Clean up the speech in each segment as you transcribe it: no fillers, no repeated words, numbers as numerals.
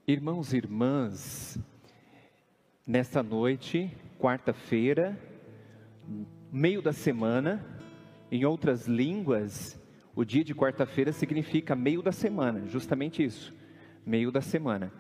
Irmãos e irmãs, nesta noite, quarta-feira, meio da semana, em outras línguas, o dia de quarta-feira significa meio da semana, justamente isso, meio da semana.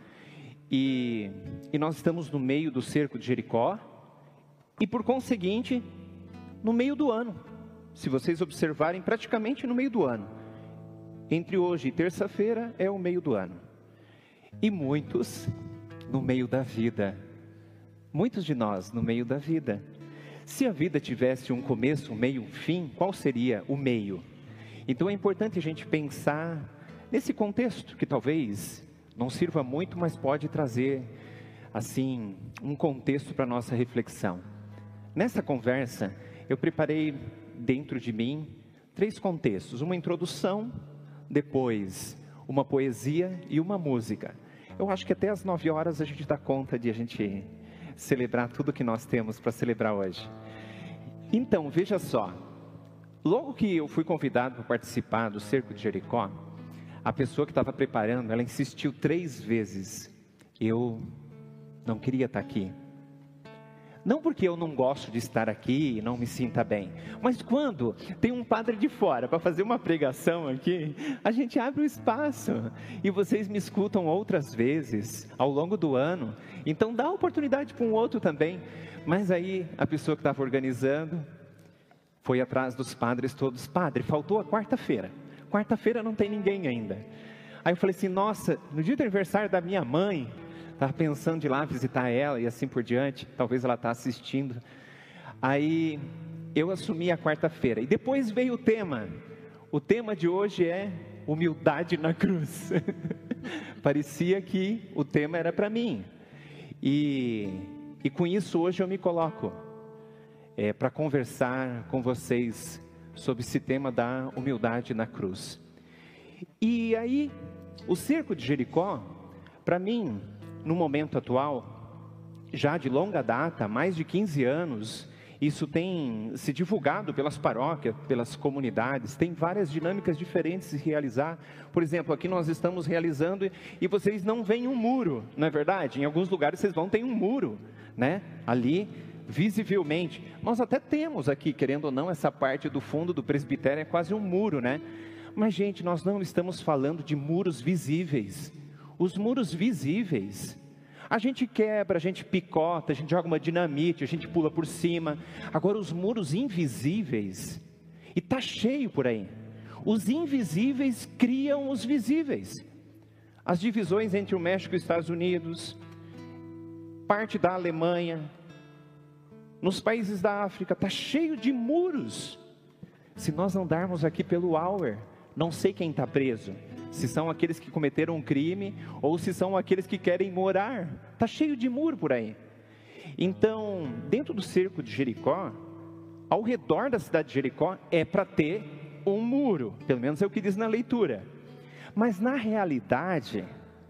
E nós estamos no meio do cerco de Jericó e, por conseguinte, no meio do ano. Se vocês observarem, praticamente no meio do ano. Entre hoje e terça-feira é o meio do ano. E muitos no meio da vida. Muitos de nós no meio da vida. Se a vida tivesse um começo, um meio, um fim, qual seria o meio? Então é importante a gente pensar nesse contexto, que talvez não sirva muito, mas pode trazer, assim, um contexto para a nossa reflexão. Nessa conversa, eu preparei dentro de mim 3 contextos. Uma introdução, depois uma poesia e uma música. Eu acho que até às 9 horas a gente dá conta de a gente celebrar tudo que nós temos para celebrar hoje. Então, veja só. Logo que eu fui convidado para participar do Cerco de Jericó, a pessoa que estava preparando, ela insistiu 3 vezes. Eu não queria estar aqui. Não porque eu não gosto de estar aqui e não me sinta bem, mas quando tem um padre de fora para fazer uma pregação aqui, a gente abre o espaço. E vocês me escutam outras vezes ao longo do ano, então dá oportunidade para um outro também. Mas aí a pessoa que estava organizando foi atrás dos padres todos. Padre, faltou a quarta-feira. Quarta-feira não tem ninguém ainda. Aí eu falei assim, nossa, no dia do aniversário da minha mãe, estava pensando de ir lá visitar ela e assim por diante, talvez ela está assistindo. Aí eu assumi a quarta-feira e depois veio o tema. O tema de hoje é humildade na cruz. Parecia que o tema era para mim. E com isso hoje eu me coloco para conversar com vocês sobre esse tema da humildade na cruz. E aí, o cerco de Jericó, para mim, no momento atual, já de longa data, mais de 15 anos, isso tem se divulgado pelas paróquias, pelas comunidades, tem várias dinâmicas diferentes de realizar. Por exemplo, aqui nós estamos realizando e vocês não veem um muro, não é verdade? Em alguns lugares vocês vão ter um muro, né? Ali, visivelmente. Nós até temos aqui, querendo ou não, essa parte do fundo do presbitério é quase um muro, né? Mas, gente, nós não estamos falando de muros visíveis. Os muros visíveis, a gente quebra, a gente picota, a gente joga uma dinamite, a gente pula por cima. Agora os muros invisíveis, e está cheio por aí. Os invisíveis criam os visíveis. As divisões entre o México e os Estados Unidos, parte da Alemanha, nos países da África, está cheio de muros. Se nós andarmos aqui pelo Auer, não sei quem está preso. Se são aqueles que cometeram um crime, ou se são aqueles que querem morar. Está cheio de muro por aí. Então, dentro do cerco de Jericó, ao redor da cidade de Jericó, é para ter um muro. Pelo menos é o que diz na leitura. Mas na realidade,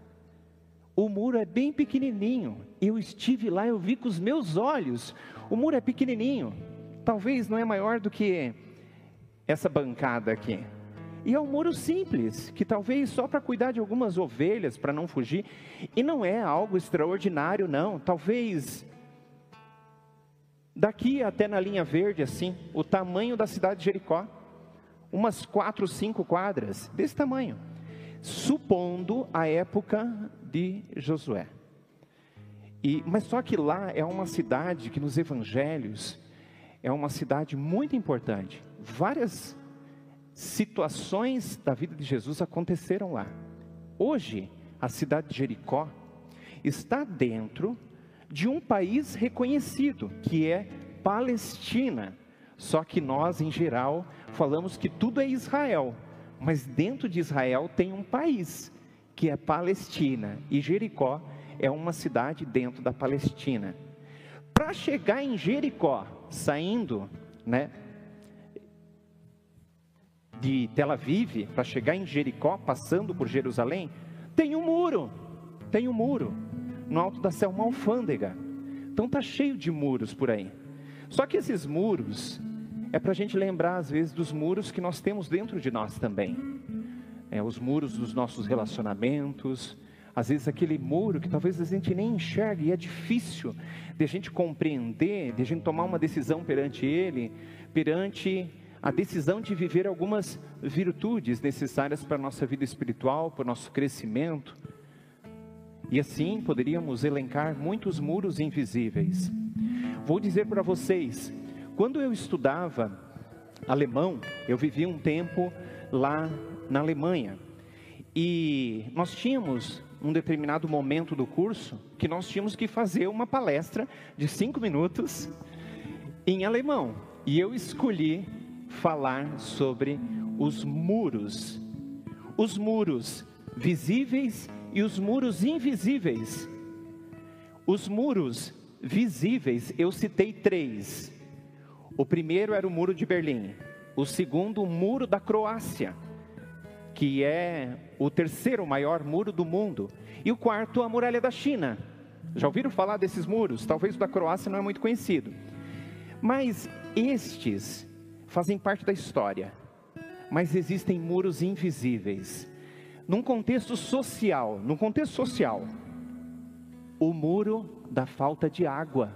o muro é bem pequenininho. Eu estive lá, eu vi com os meus olhos. O muro é pequenininho. Talvez não é maior do que essa bancada aqui. E é um muro simples, que talvez só para cuidar de algumas ovelhas, para não fugir. E não é algo extraordinário, não. Talvez daqui até na linha verde, assim, o tamanho da cidade de Jericó. Umas 4, 5 quadras, desse tamanho. Supondo a época de Josué. Mas só que lá é uma cidade que nos evangelhos é uma cidade muito importante. Várias situações da vida de Jesus aconteceram lá. Hoje, a cidade de Jericó está dentro de um país reconhecido, que é Palestina. Só que nós, em geral, falamos que tudo é Israel. Mas dentro de Israel tem um país, que é Palestina. E Jericó é uma cidade dentro da Palestina. Para chegar em Jericó, saindo, né, de Tel Aviv, para chegar em Jericó, passando por Jerusalém, tem um muro, no alto da Selma Alfândega. Então está cheio de muros por aí. Só que esses muros, é para a gente lembrar às vezes dos muros que nós temos dentro de nós também. Os muros dos nossos relacionamentos, Às vezes aquele muro que talvez a gente nem enxergue, e é difícil de a gente compreender, de a gente tomar uma decisão perante ele, perante a decisão de viver algumas virtudes necessárias para a nossa vida espiritual, para o nosso crescimento. E assim poderíamos elencar muitos muros invisíveis. Vou dizer para vocês, quando eu estudava alemão, eu vivi um tempo lá na Alemanha. E nós tínhamos um determinado momento do curso que nós tínhamos que fazer uma palestra de 5 minutos em alemão. E eu escolhi falar sobre os muros visíveis e os muros invisíveis. Os muros visíveis, eu citei 3. O primeiro era o Muro de Berlim. O segundo, o Muro da Croácia, que é o terceiro maior muro do mundo. E o quarto, a Muralha da China. Já ouviram falar desses muros? Talvez o da Croácia não é muito conhecido. Mas estes fazem parte da história. Mas existem muros invisíveis. Num contexto social, o muro da falta de água.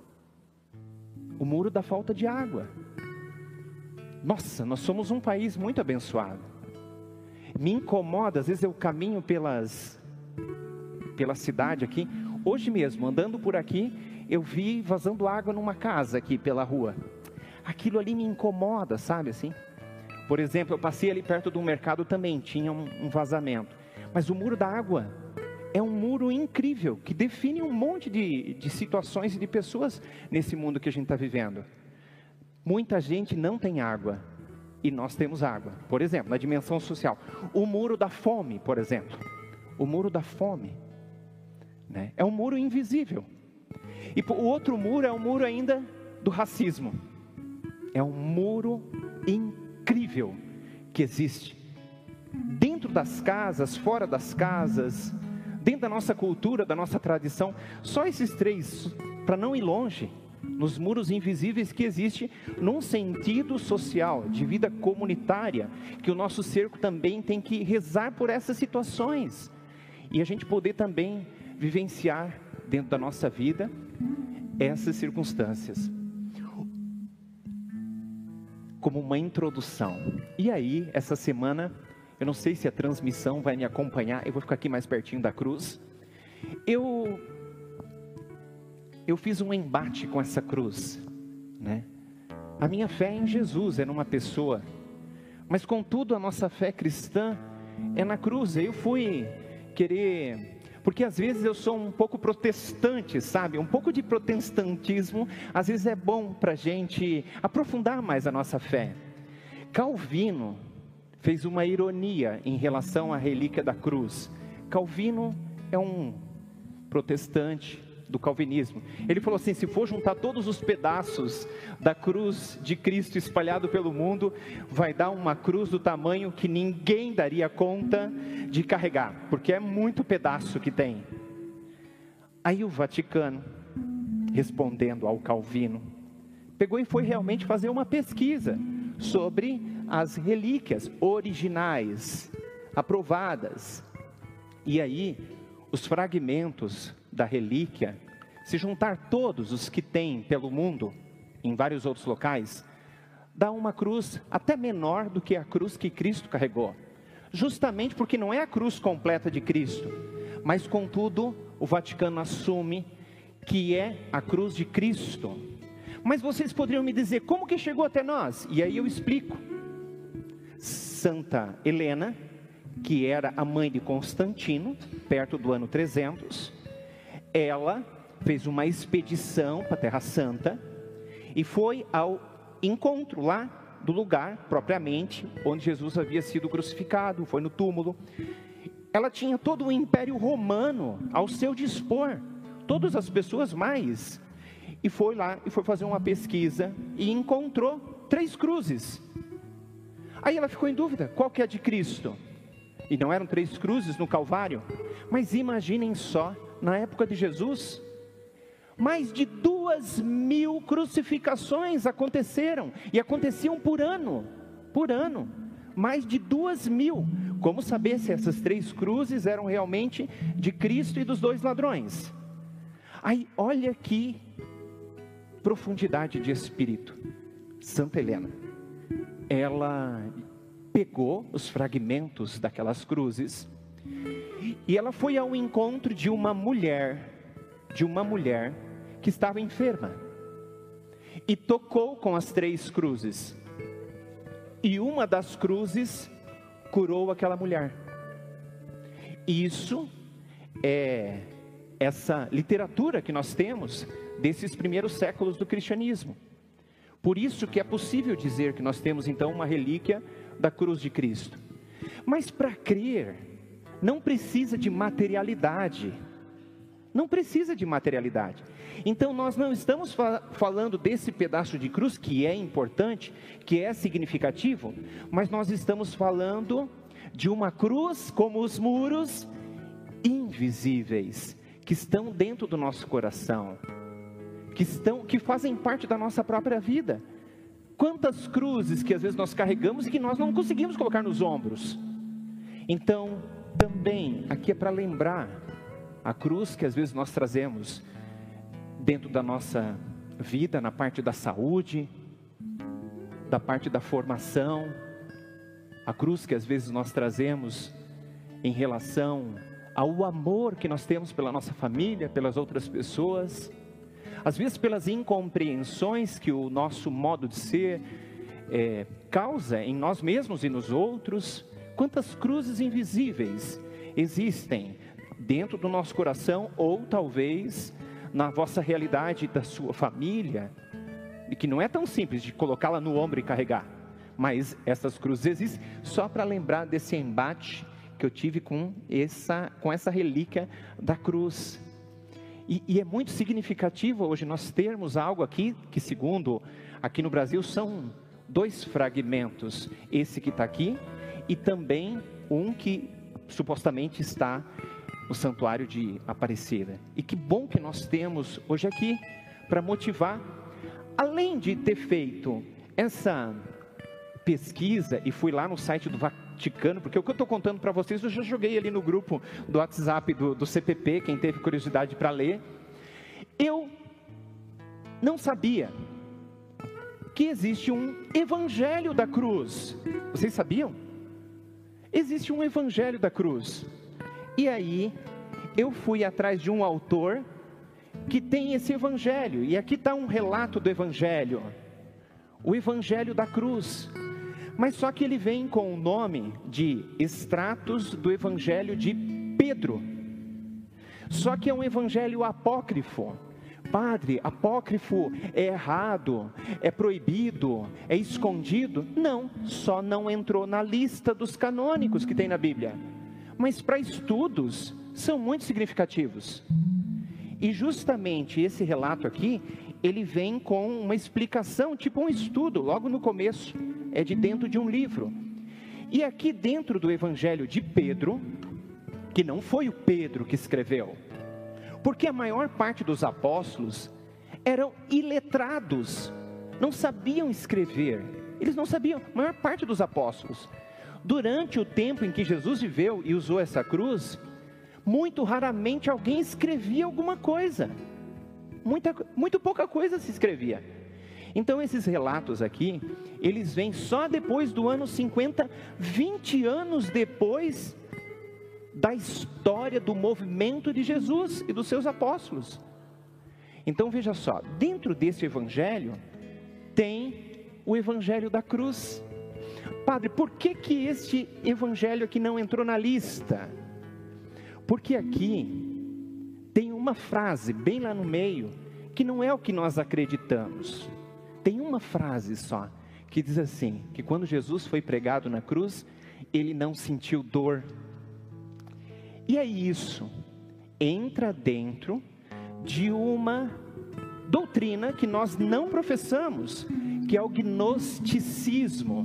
O muro da falta de água. Nossa, nós somos um país muito abençoado. Me incomoda, às vezes eu caminho pela cidade aqui. Hoje mesmo, andando por aqui, eu vi vazando água numa casa aqui pela rua. Aquilo ali me incomoda, sabe assim? Por exemplo, eu passei ali perto do mercado também, tinha um vazamento. Mas o muro da água é um muro incrível, que define um monte de situações e de pessoas nesse mundo que a gente está vivendo. Muita gente não tem água, e nós temos água. Por exemplo, na dimensão social, o muro da fome, por exemplo. O muro da fome, né? É um muro invisível. E o outro muro é o muro ainda do racismo. É um muro incrível que existe. Dentro das casas, fora das casas, dentro da nossa cultura, da nossa tradição. Só esses 3, para não ir longe, nos muros invisíveis que existe num sentido social, de vida comunitária, que o nosso cerco também tem que rezar por essas situações, e a gente poder também vivenciar dentro da nossa vida essas circunstâncias, como uma introdução. E aí, essa semana, eu não sei se a transmissão vai me acompanhar, eu vou ficar aqui mais pertinho da cruz. Eu fiz um embate com essa cruz, né? A minha fé é em Jesus, é numa pessoa, mas contudo a nossa fé cristã é na cruz. Eu fui querer, porque às vezes eu sou um pouco protestante, sabe? Um pouco de protestantismo, às vezes é bom para a gente aprofundar mais a nossa fé. Calvino fez uma ironia em relação à relíquia da cruz. Calvino é um protestante do calvinismo. Ele falou assim: se for juntar todos os pedaços da cruz de Cristo espalhado pelo mundo, vai dar uma cruz do tamanho que ninguém daria conta de carregar, porque é muito pedaço que tem. Aí o Vaticano, respondendo ao Calvino, pegou e foi realmente fazer uma pesquisa sobre as relíquias originais, aprovadas. E aí, os fragmentos da relíquia, se juntar todos os que tem pelo mundo, em vários outros locais, dá uma cruz até menor do que a cruz que Cristo carregou. Justamente porque não é a cruz completa de Cristo, mas contudo, o Vaticano assume que é a cruz de Cristo. Mas vocês poderiam me dizer, como que chegou até nós? E aí eu explico. Santa Helena, que era a mãe de Constantino, perto do ano 300, ela fez uma expedição para a Terra Santa e foi ao encontro lá do lugar, propriamente, onde Jesus havia sido crucificado, foi no túmulo. Ela tinha todo o Império Romano ao seu dispor, todas as pessoas mais, e foi lá e foi fazer uma pesquisa e encontrou 3 cruzes. Aí ela ficou em dúvida, qual que é a de Cristo? E não eram 3 cruzes no Calvário? Mas imaginem só, na época de Jesus, mais de 2.000 crucificações aconteceram, e aconteciam por ano, mais de 2.000, Como saber se essas 3 cruzes eram realmente de Cristo e dos 2 ladrões? Aí, olha que profundidade de espírito. Santa Helena, ela pegou os fragmentos daquelas cruzes e ela foi ao encontro de uma mulher que estava enferma, e tocou com as 3 cruzes, e uma das cruzes curou aquela mulher. Isso é essa literatura que nós temos desses primeiros séculos do cristianismo. Por isso que é possível dizer que nós temos então uma relíquia da cruz de Cristo. Mas para crer, não precisa de materialidade. Não precisa de materialidade. Então nós não estamos falando desse pedaço de cruz que é importante, que é significativo, mas nós estamos falando de uma cruz como os muros invisíveis, que estão dentro do nosso coração, que fazem parte da nossa própria vida. Quantas cruzes que às vezes nós carregamos e que nós não conseguimos colocar nos ombros. Então, também, aqui é para lembrar a cruz que às vezes nós trazemos dentro da nossa vida, na parte da saúde, da parte da formação, a cruz que às vezes nós trazemos em relação ao amor que nós temos pela nossa família, pelas outras pessoas, às vezes pelas incompreensões que o nosso modo de ser causa em nós mesmos e nos outros. Quantas cruzes invisíveis existem dentro do nosso coração, ou talvez na vossa realidade da sua família, e que não é tão simples de colocá-la no ombro e carregar, mas essas cruzes existem, só para lembrar desse embate que eu tive com essa relíquia da cruz. E é muito significativo hoje nós termos algo aqui, que segundo aqui no Brasil são 2 fragmentos, esse que está aqui, e também um que supostamente está no Santuário de Aparecida. E que bom que nós temos hoje aqui, para motivar, além de ter feito essa pesquisa, e fui lá no site do Vaticano, porque o que eu estou contando para vocês, eu já joguei ali no grupo do WhatsApp do CPP, quem teve curiosidade para ler. Eu não sabia que existe um Evangelho da Cruz. Vocês sabiam? Existe um Evangelho da Cruz. E aí, eu fui atrás de um autor que tem esse Evangelho, e aqui está um relato do Evangelho, o Evangelho da Cruz, mas só que ele vem com o nome de extratos do Evangelho de Pedro, só que é um Evangelho apócrifo. Padre, apócrifo é errado, é proibido, é escondido? Não, só não entrou na lista dos canônicos que tem na Bíblia, mas para estudos são muito significativos. E justamente esse relato aqui, ele vem com uma explicação, tipo um estudo, logo no começo, é de dentro de um livro. E aqui dentro do Evangelho de Pedro, que não foi o Pedro que escreveu, porque a maior parte dos apóstolos eram iletrados, não sabiam escrever, eles não sabiam, a maior parte dos apóstolos. Durante o tempo em que Jesus viveu e usou essa cruz, muito raramente alguém escrevia alguma coisa, muito pouca coisa se escrevia. Então esses relatos aqui, eles vêm só depois do ano 50, 20 anos depois da história do movimento de Jesus e dos seus apóstolos. Então veja só, dentro desse evangelho, tem o evangelho da cruz. Padre, por que este evangelho aqui não entrou na lista? Porque aqui tem uma frase bem lá no meio, que não é o que nós acreditamos. Tem uma frase só, que diz assim, que quando Jesus foi pregado na cruz, ele não sentiu dor. E é isso, entra dentro de uma doutrina que nós não professamos, que é o gnosticismo.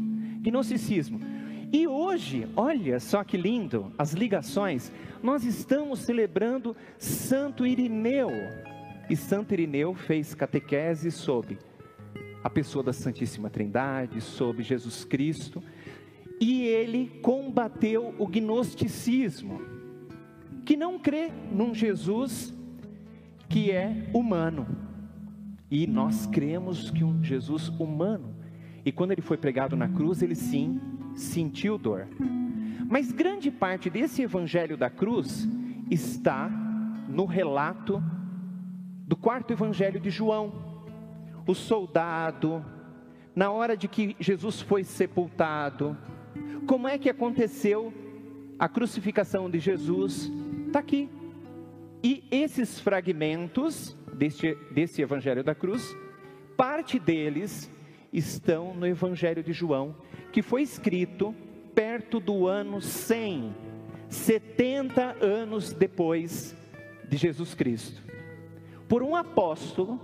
E hoje, olha só que lindo, as ligações, nós estamos celebrando Santo Irineu, e Santo Irineu fez catequese sobre a pessoa da Santíssima Trindade, sobre Jesus Cristo, E ele combateu o gnosticismo, que não crê num Jesus que é humano. E nós cremos que um Jesus humano. E quando ele foi pregado na cruz, ele sim sentiu dor. Mas grande parte desse evangelho da cruz está no relato do quarto evangelho de João. O soldado, na hora de que Jesus foi sepultado, como é que aconteceu a crucificação de Jesus, está aqui. E esses fragmentos desse evangelho da cruz, parte deles estão no evangelho de João, que foi escrito perto do ano 100, 70 anos depois de Jesus Cristo, por um apóstolo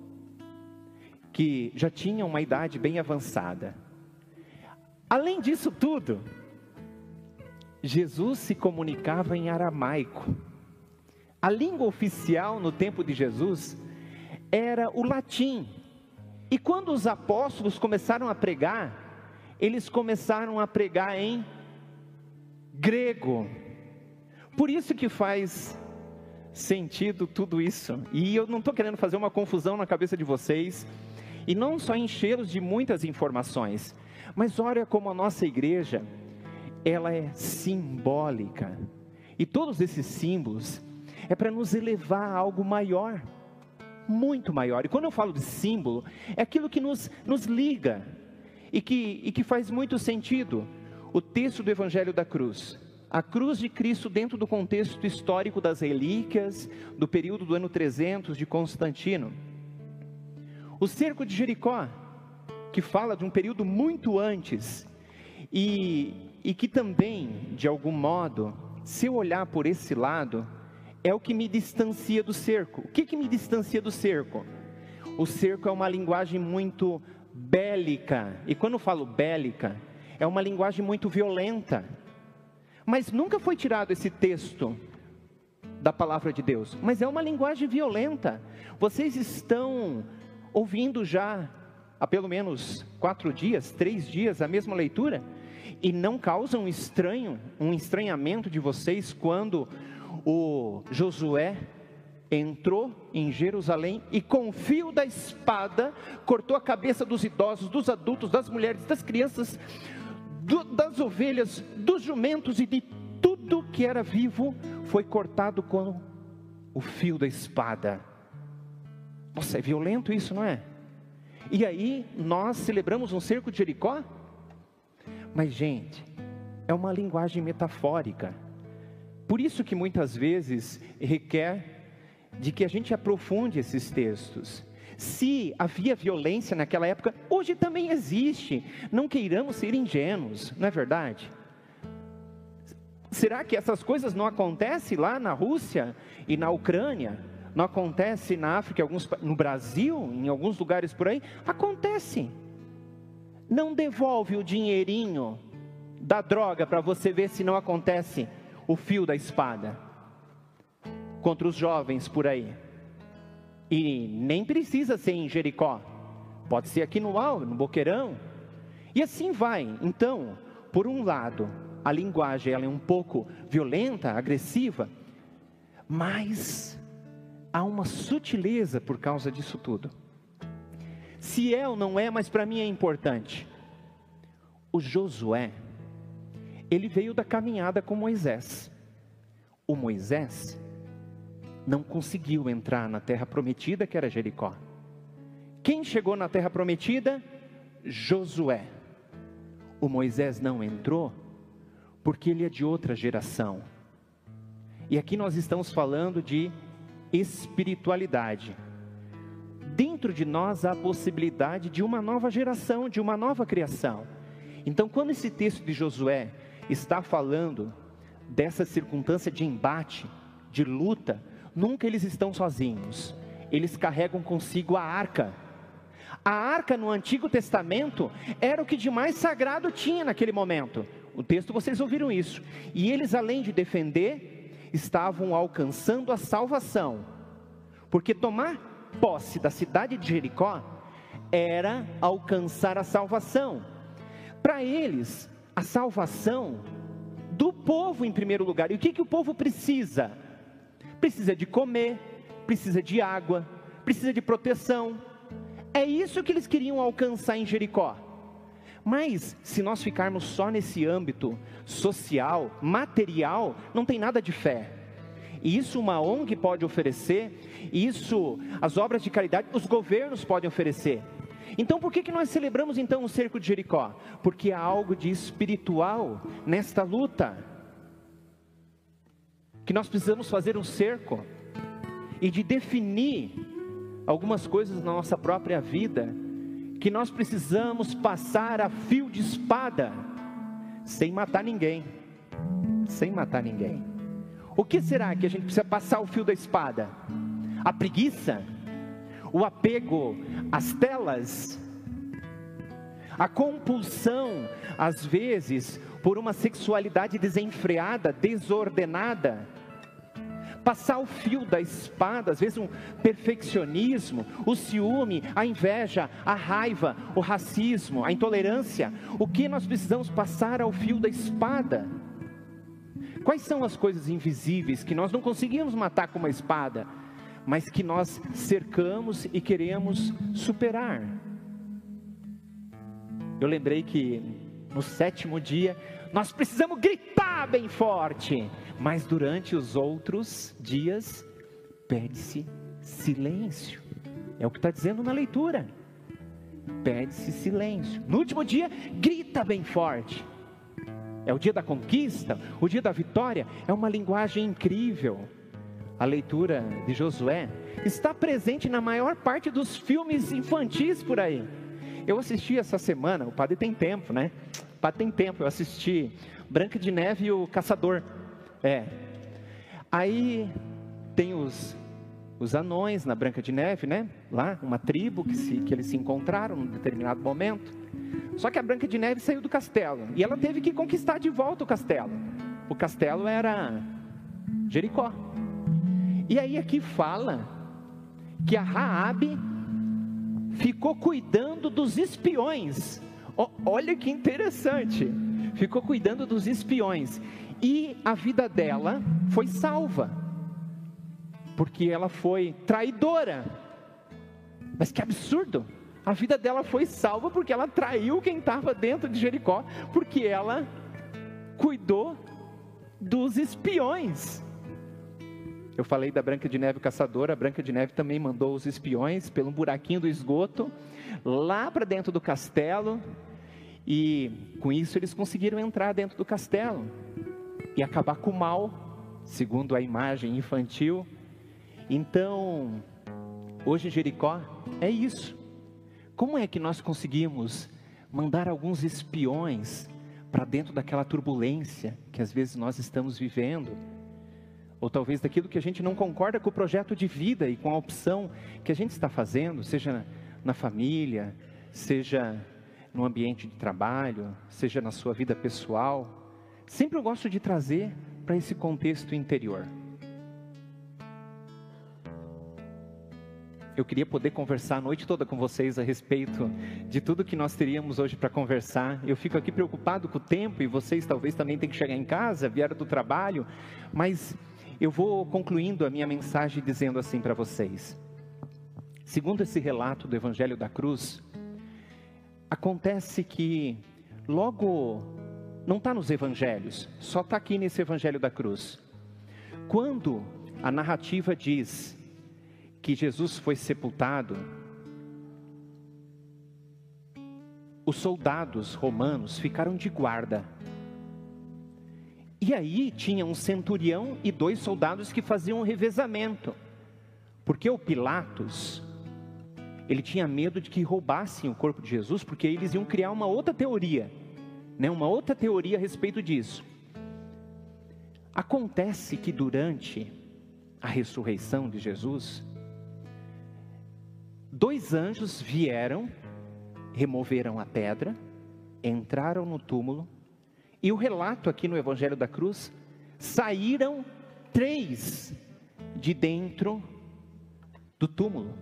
que já tinha uma idade bem avançada. Além disso tudo, Jesus se comunicava em aramaico. A língua oficial no tempo de Jesus era o latim. E quando os apóstolos começaram a pregar, eles começaram a pregar em grego. Por isso que faz sentido tudo isso. E eu não estou querendo fazer uma confusão na cabeça de vocês, e não só enchê-los de muitas informações, mas olha como a nossa igreja, ela é simbólica. E todos esses símbolos é para nos elevar a algo maior, muito maior. E quando eu falo de símbolo, é aquilo que nos liga, e que faz muito sentido. O texto do Evangelho da Cruz, a cruz de Cristo dentro do contexto histórico das relíquias, do período do ano 300 de Constantino. O cerco de Jericó, que fala de um período muito antes, e que também, de algum modo, se eu olhar por esse lado, é o que me distancia do cerco. O que me distancia do cerco? O cerco é uma linguagem muito bélica, e quando eu falo bélica, é uma linguagem muito violenta. Mas nunca foi tirado esse texto da palavra de Deus, mas é uma linguagem violenta. Vocês estão ouvindo já há pelo menos 4 dias, 3 dias, a mesma leitura, e não causa um estranhamento de vocês quando o Josué entrou em Jerusalém e com o fio da espada cortou a cabeça dos idosos, dos adultos, das mulheres, das crianças, das ovelhas, dos jumentos e de tudo que era vivo, foi cortado com o fio da espada. Nossa, é violento isso, não é? E aí nós celebramos um cerco de Jericó? Mas gente, é uma linguagem metafórica. Por isso que muitas vezes requer de que a gente aprofunde esses textos. Se havia violência naquela época, hoje também existe. Não queiramos ser ingênuos, não é verdade? Será que essas coisas não acontecem lá na Rússia e na Ucrânia? Não acontece na África, no Brasil, em alguns lugares por aí? Acontece. Não devolve o dinheirinho da droga para você ver se não acontece o fio da espada contra os jovens por aí. E nem precisa ser em Jericó, pode ser aqui no Alto, no Boqueirão, e assim vai. Então, por um lado, a linguagem ela é um pouco violenta, agressiva, mas há uma sutileza por causa disso tudo. Se é ou não é, mas para mim é importante. O Josué, ele veio da caminhada com Moisés. O Moisés não conseguiu entrar na terra prometida, que era Jericó. Quem chegou na terra prometida? Josué. O Moisés não entrou porque ele é de outra geração. E aqui nós estamos falando de espiritualidade. Dentro de nós há a possibilidade de uma nova geração, de uma nova criação. Então, quando esse texto de Josué está falando dessa circunstância de embate, de luta, nunca eles estão sozinhos. Eles carregam consigo a arca. A arca no Antigo Testamento era o que de mais sagrado tinha naquele momento. O texto, vocês ouviram isso. E eles, além de defender, estavam alcançando a salvação. Porque tomar posse da cidade de Jericó era alcançar a salvação. Para eles, a salvação do povo em primeiro lugar. E o que o povo precisa? Precisa de comer, precisa de água, precisa de proteção. É isso que eles queriam alcançar em Jericó. Mas, se nós ficarmos só nesse âmbito social, material, não tem nada de fé. E isso uma ONG pode oferecer, isso as obras de caridade, os governos podem oferecer. Então por que nós celebramos então o cerco de Jericó? Porque há algo de espiritual nesta luta. Que nós precisamos fazer um cerco e de definir algumas coisas na nossa própria vida, que nós precisamos passar a fio de espada, sem matar ninguém, sem matar ninguém. O que será que a gente precisa passar o fio da espada? A preguiça? O apego às telas? A compulsão, às vezes, por uma sexualidade desenfreada, desordenada? Passar o fio da espada, às vezes um perfeccionismo, o ciúme, a inveja, a raiva, o racismo, a intolerância. O que nós precisamos passar ao fio da espada? Quais são as coisas invisíveis que nós não conseguimos matar com uma espada, mas que nós cercamos e queremos superar? Eu lembrei que no 7º dia nós precisamos gritar bem forte, mas durante os outros dias pede-se silêncio. É o que está dizendo na leitura. Pede-se silêncio. No último dia, grita bem forte. É o dia da conquista, o dia da vitória. É uma linguagem incrível. A leitura de Josué está presente na maior parte dos filmes infantis por aí. Eu assisti essa semana, o padre tem tempo, né? O padre tem tempo, eu assisti Branca de Neve e o Caçador. Aí tem os anões na Branca de Neve, né? Lá, uma tribo que eles se encontraram num determinado momento. Só que a Branca de Neve saiu do castelo e ela teve que conquistar de volta o castelo. O castelo era Jericó. E aí aqui fala que a Raabe ficou cuidando dos espiões. Olha que interessante. Ficou cuidando dos espiões. E a vida dela foi salva, porque ela foi traidora. Mas que absurdo! A vida dela foi salva porque ela traiu quem estava dentro de Jericó, porque ela cuidou dos espiões. Eu falei da Branca de Neve caçadora. A Branca de Neve também mandou os espiões pelo buraquinho do esgoto lá para dentro do castelo, e com isso eles conseguiram entrar dentro do castelo e acabar com o mal, segundo a imagem infantil. Então, hoje Jericó é isso. Como é que nós conseguimos mandar alguns espiões para dentro daquela turbulência que às vezes nós estamos vivendo? Ou talvez daquilo que a gente não concorda com o projeto de vida e com a opção que a gente está fazendo, seja na família, seja no ambiente de trabalho, seja na sua vida pessoal. Sempre eu gosto de trazer para esse contexto interior. Eu queria poder conversar a noite toda com vocês a respeito de tudo que nós teríamos hoje para conversar. Eu fico aqui preocupado com o tempo, e vocês talvez também tenham que chegar em casa, vieram do trabalho, mas eu vou concluindo a minha mensagem dizendo assim para vocês. Segundo esse relato do Evangelho da Cruz, acontece que logo, não está nos Evangelhos, só está aqui nesse Evangelho da Cruz. Quando a narrativa diz que Jesus foi sepultado, os soldados romanos ficaram de guarda. E aí tinha um centurião e 2 soldados que faziam um revezamento, porque o Pilatos, ele tinha medo de que roubassem o corpo de Jesus, porque eles iam criar uma outra teoria, né? Uma outra teoria a respeito disso. Acontece que durante a ressurreição de Jesus, 2 anjos vieram, removeram a pedra, entraram no túmulo, e o relato aqui no Evangelho da Cruz, saíram 3 de dentro do túmulo,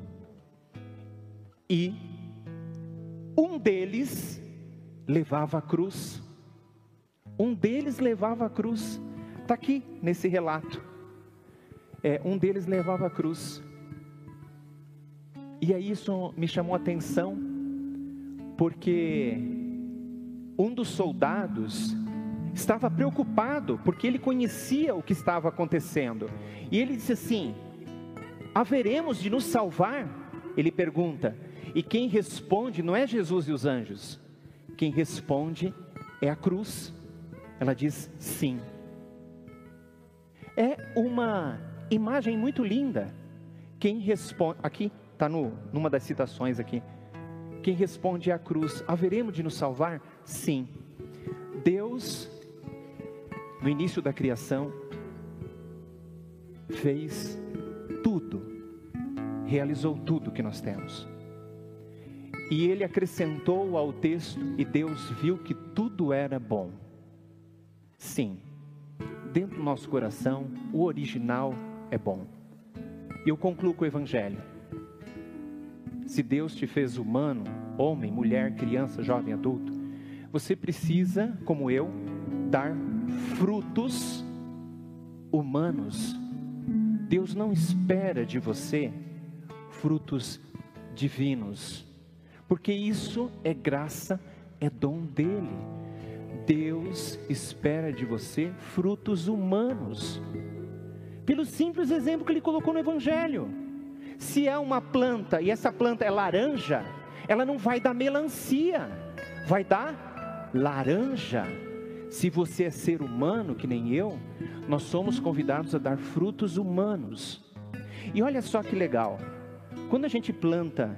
e um deles levava a cruz, Um deles levava a cruz. Está aqui nesse relato. Um deles levava a cruz. E aí isso me chamou a atenção, porque um dos soldados estava preocupado, porque ele conhecia o que estava acontecendo. E ele disse assim: haveremos de nos salvar? Ele pergunta. E quem responde não é Jesus e os anjos. Quem responde é a cruz. Ela diz sim. É uma imagem muito linda. Quem responde, aqui está numa das citações aqui. Quem responde é a cruz. Haveremos de nos salvar? Sim. Deus, no início da criação, fez tudo, realizou tudo que nós temos. E Ele acrescentou ao texto: e Deus viu que tudo era bom. Sim, dentro do nosso coração, o original é bom. E eu concluo com o Evangelho. Se Deus te fez humano, homem, mulher, criança, jovem, adulto, você precisa, como eu, dar frutos humanos. Deus não espera de você frutos divinos, porque isso é graça, é dom dele. Deus espera de você frutos humanos, pelo simples exemplo que ele colocou no Evangelho. Se é uma planta, e essa planta é laranja, ela não vai dar melancia, vai dar laranja. Se você é ser humano, que nem eu, nós somos convidados a dar frutos humanos. E olha só que legal, quando a gente planta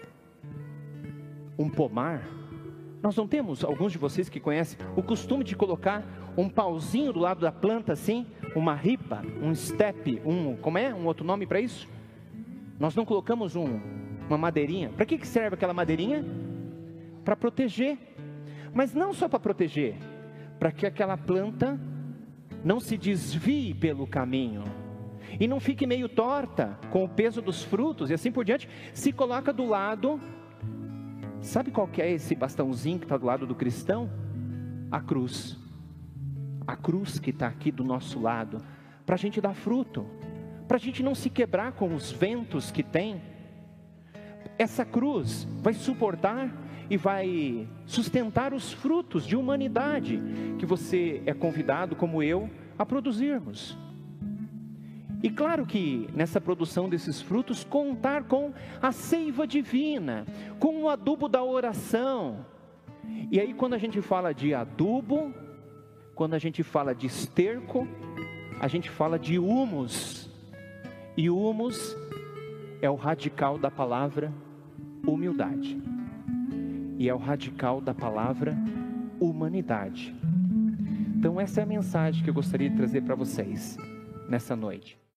um pomar, nós não temos, alguns de vocês que conhecem, o costume de colocar um pauzinho do lado da planta assim, uma ripa, um step, um outro nome para isso? Nós não colocamos uma madeirinha. Para que serve aquela madeirinha? Para proteger. Mas não só para proteger, para que aquela planta não se desvie pelo caminho e não fique meio torta com o peso dos frutos e assim por diante. Se coloca do lado, sabe qual que é esse bastãozinho que está do lado do cristão? A cruz. A cruz que está aqui do nosso lado, para a gente dar fruto, para a gente não se quebrar com os ventos que tem. Essa cruz vai suportar e vai sustentar os frutos de humanidade que você é convidado, como eu, a produzirmos. E claro que nessa produção desses frutos, contar com a seiva divina, com o adubo da oração. E aí quando a gente fala de adubo, quando a gente fala de esterco, a gente fala de humus. E humus é o radical da palavra humildade. E é o radical da palavra humanidade. Então essa é a mensagem que eu gostaria de trazer para vocês nessa noite.